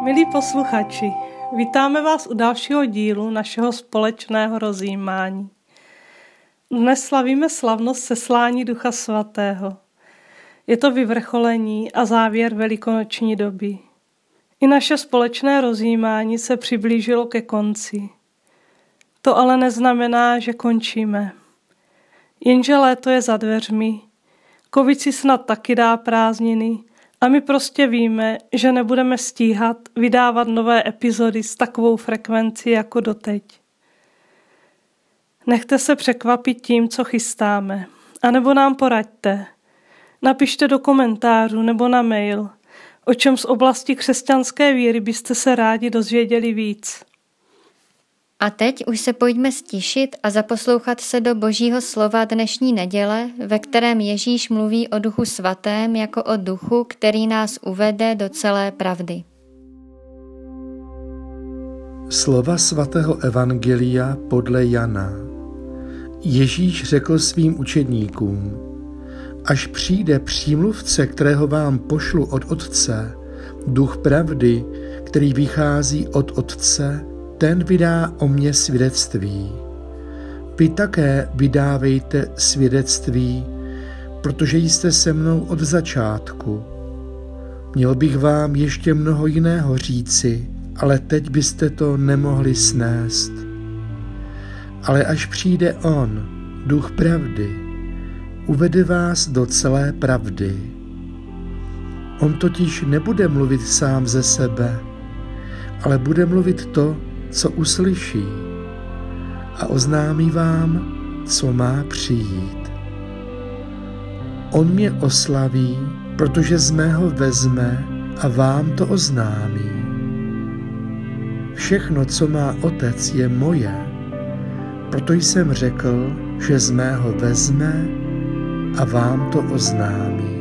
Milí posluchači, vítáme vás u dalšího dílu našeho společného rozjímání. Dnes slavíme slavnost seslání Ducha Svatého. Je to vyvrcholení a závěr velikonoční doby. I naše společné rozjímání se přiblížilo ke konci. To ale neznamená, že končíme. Jenže léto je za dveřmi, covid si snad taky dá prázdniny a my prostě víme, že nebudeme stíhat vydávat nové epizody s takovou frekvencí jako doteď. Nechte se překvapit tím, co chystáme, anebo nám poraďte. Napište do komentářů nebo na mail, o čem z oblasti křesťanské víry byste se rádi dozvěděli víc. A teď už se pojďme stišit a zaposlouchat se do Božího slova dnešní neděle, ve kterém Ježíš mluví o Duchu Svatém jako o duchu, který nás uvede do celé pravdy. Slova svatého evangelia podle Jana. Ježíš řekl svým učedníkům: Až přijde přímluvce, kterého vám pošlu od Otce, duch pravdy, který vychází od Otce, ten vydá o mně svědectví. Vy také vydávejte svědectví, protože jste se mnou od začátku. Měl bych vám ještě mnoho jiného říci, ale teď byste to nemohli snést. Ale až přijde on, duch pravdy, uvede vás do celé pravdy. On totiž nebude mluvit sám ze sebe, ale bude mluvit to, co uslyší, a oznámí vám, co má přijít. On mě oslaví, protože z mého vezme a vám to oznámí. Všechno, co má Otec, je moje, proto jsem řekl, že z mého vezme a vám to oznámí.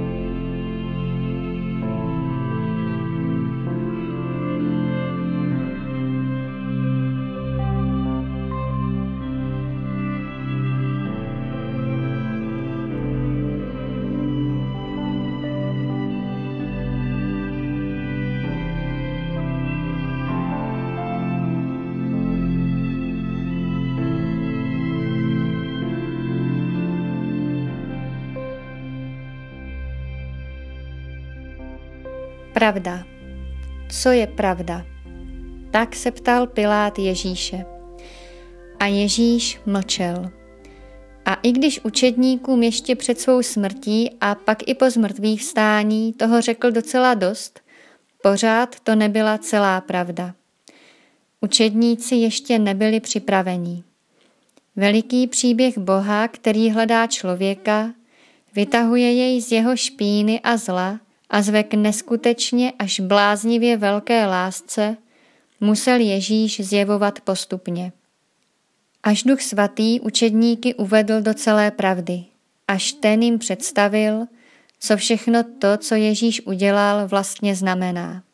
Pravda. Co je pravda? Tak se ptal Pilát Ježíše. A Ježíš mlčel. A i když učedníkům ještě před svou smrtí a pak i po zmrtvých vstání toho řekl docela dost, pořád to nebyla celá pravda. Učedníci ještě nebyli připraveni. Veliký příběh Boha, který hledá člověka, vytahuje jej z jeho špíny a zla a zve k neskutečně až bláznivě velké lásce, musel Ježíš zjevovat postupně. Až Duch Svatý učedníky uvedl do celé pravdy, až ten jim představil, co všechno to, co Ježíš udělal, vlastně znamená.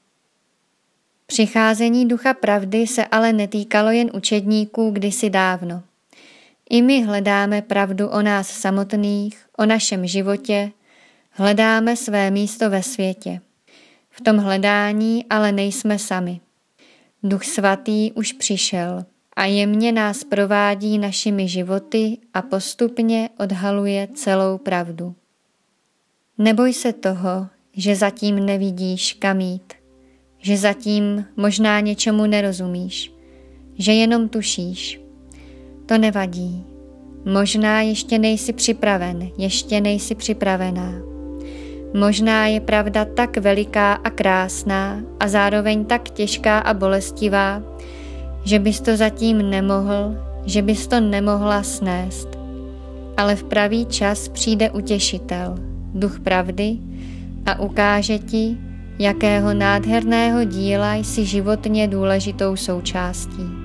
Přicházení Ducha pravdy se ale netýkalo jen učedníků kdysi dávno. I my hledáme pravdu o nás samotných, o našem životě, hledáme své místo ve světě. V tom hledání ale nejsme sami. Duch Svatý už přišel a jemně nás provádí našimi životy a postupně odhaluje celou pravdu. Neboj se toho, že zatím nevidíš, kam jít, že zatím možná něčemu nerozumíš, že jenom tušíš. To nevadí. Možná ještě nejsi připraven, ještě nejsi připravená. Možná je pravda tak veliká a krásná a zároveň tak těžká a bolestivá, že bys to zatím nemohl, že bys to nemohla snést. Ale v pravý čas přijde utěšitel, duch pravdy, a ukáže ti, jakého nádherného díla jsi životně důležitou součástí.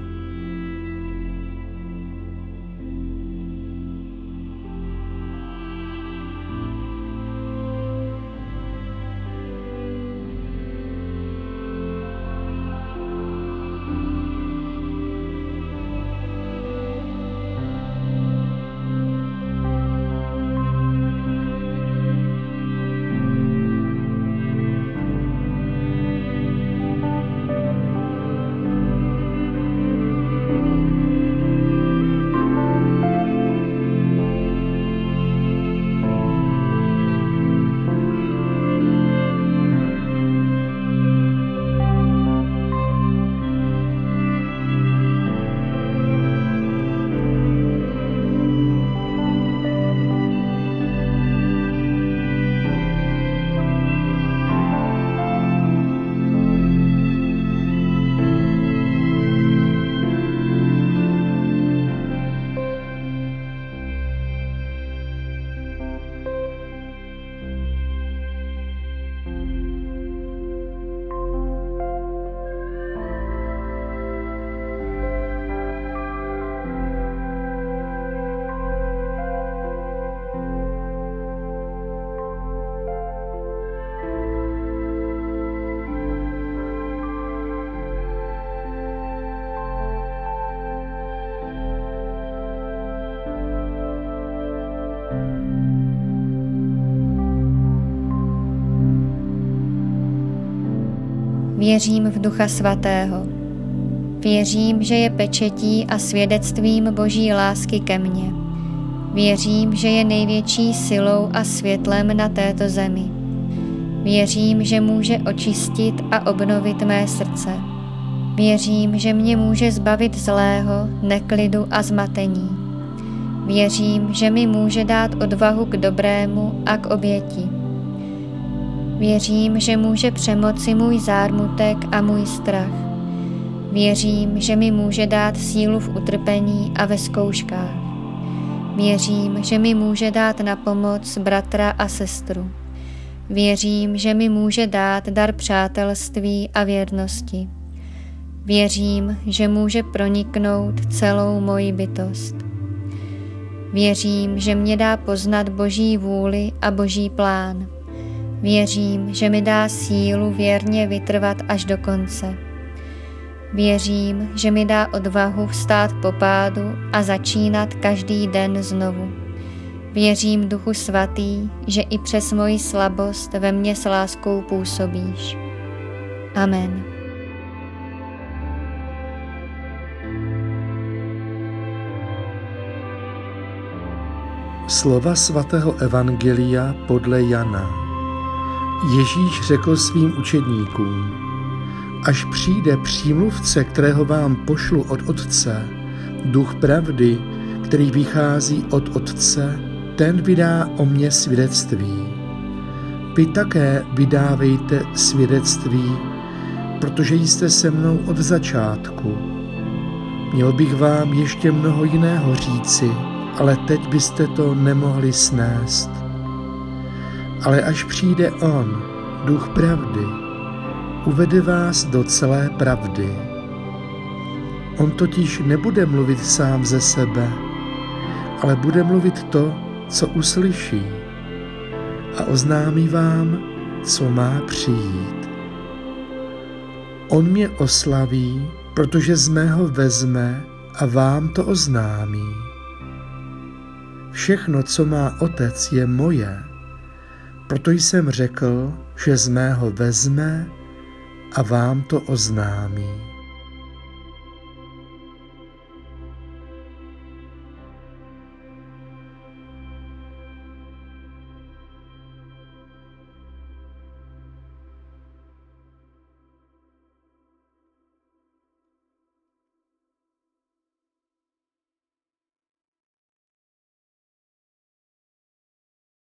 Věřím v Ducha Svatého. Věřím, že je pečetí a svědectvím Boží lásky ke mně. Věřím, že je největší silou a světlem na této zemi. Věřím, že může očistit a obnovit mé srdce. Věřím, že mě může zbavit zlého, neklidu a zmatení. Věřím, že mi může dát odvahu k dobrému a k oběti. Věřím, že může přemoci můj zármutek a můj strach. Věřím, že mi může dát sílu v utrpení a ve zkouškách. Věřím, že mi může dát na pomoc bratra a sestru. Věřím, že mi může dát dar přátelství a věrnosti. Věřím, že může proniknout celou moji bytost. Věřím, že mě dá poznat Boží vůli a Boží plán. Věřím, že mi dá sílu věrně vytrvat až do konce. Věřím, že mi dá odvahu vstát po pádu a začínat každý den znovu. Věřím, Duchu Svatý, že i přes moji slabost ve mně s láskou působíš. Amen. Slova svatého Evangelia podle Jana. Ježíš řekl svým učedníkům: Až přijde přímluvce, kterého vám pošlu od Otce, Duch pravdy, který vychází od Otce, ten vydá o mně svědectví. Vy také vydávejte svědectví, protože jste se mnou od začátku. Měl bych vám ještě mnoho jiného říci, ale teď byste to nemohli snést. Ale až přijde on, Duch pravdy, uvede vás do celé pravdy. On totiž nebude mluvit sám ze sebe, ale bude mluvit to, co uslyší, a oznámí vám, co má přijít. On mě oslaví, protože z mého vezme a vám to oznámí. Všechno, co má Otec, je moje, proto jsem řekl, že z mého vezme a vám to oznámí.